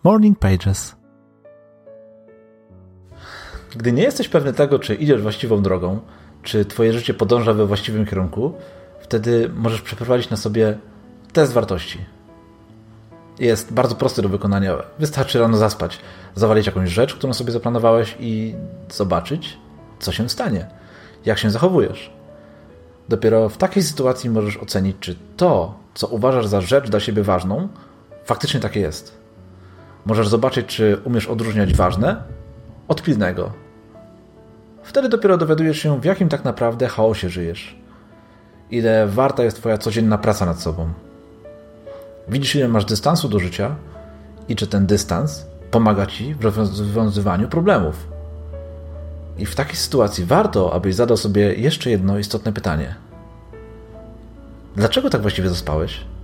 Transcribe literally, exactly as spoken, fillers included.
Morning Pages. Gdy nie jesteś pewny tego, czy idziesz właściwą drogą, czy twoje życie podąża we właściwym kierunku, wtedy możesz przeprowadzić na sobie test wartości. Jest bardzo prosty do wykonania. Wystarczy rano zaspać, zawalić jakąś rzecz, którą sobie zaplanowałeś i zobaczyć, co się stanie, jak się zachowujesz. Dopiero w takiej sytuacji możesz ocenić, czy to, co uważasz za rzecz dla siebie ważną, faktycznie takie jest. Możesz zobaczyć, czy umiesz odróżniać ważne od pilnego. Wtedy dopiero dowiadujesz się, w jakim tak naprawdę chaosie żyjesz. Ile warta jest twoja codzienna praca nad sobą. Widzisz, ile masz dystansu do życia i czy ten dystans pomaga ci w rozwiązywaniu problemów. I w takiej sytuacji warto, abyś zadał sobie jeszcze jedno istotne pytanie. Dlaczego tak właściwie zaspałeś?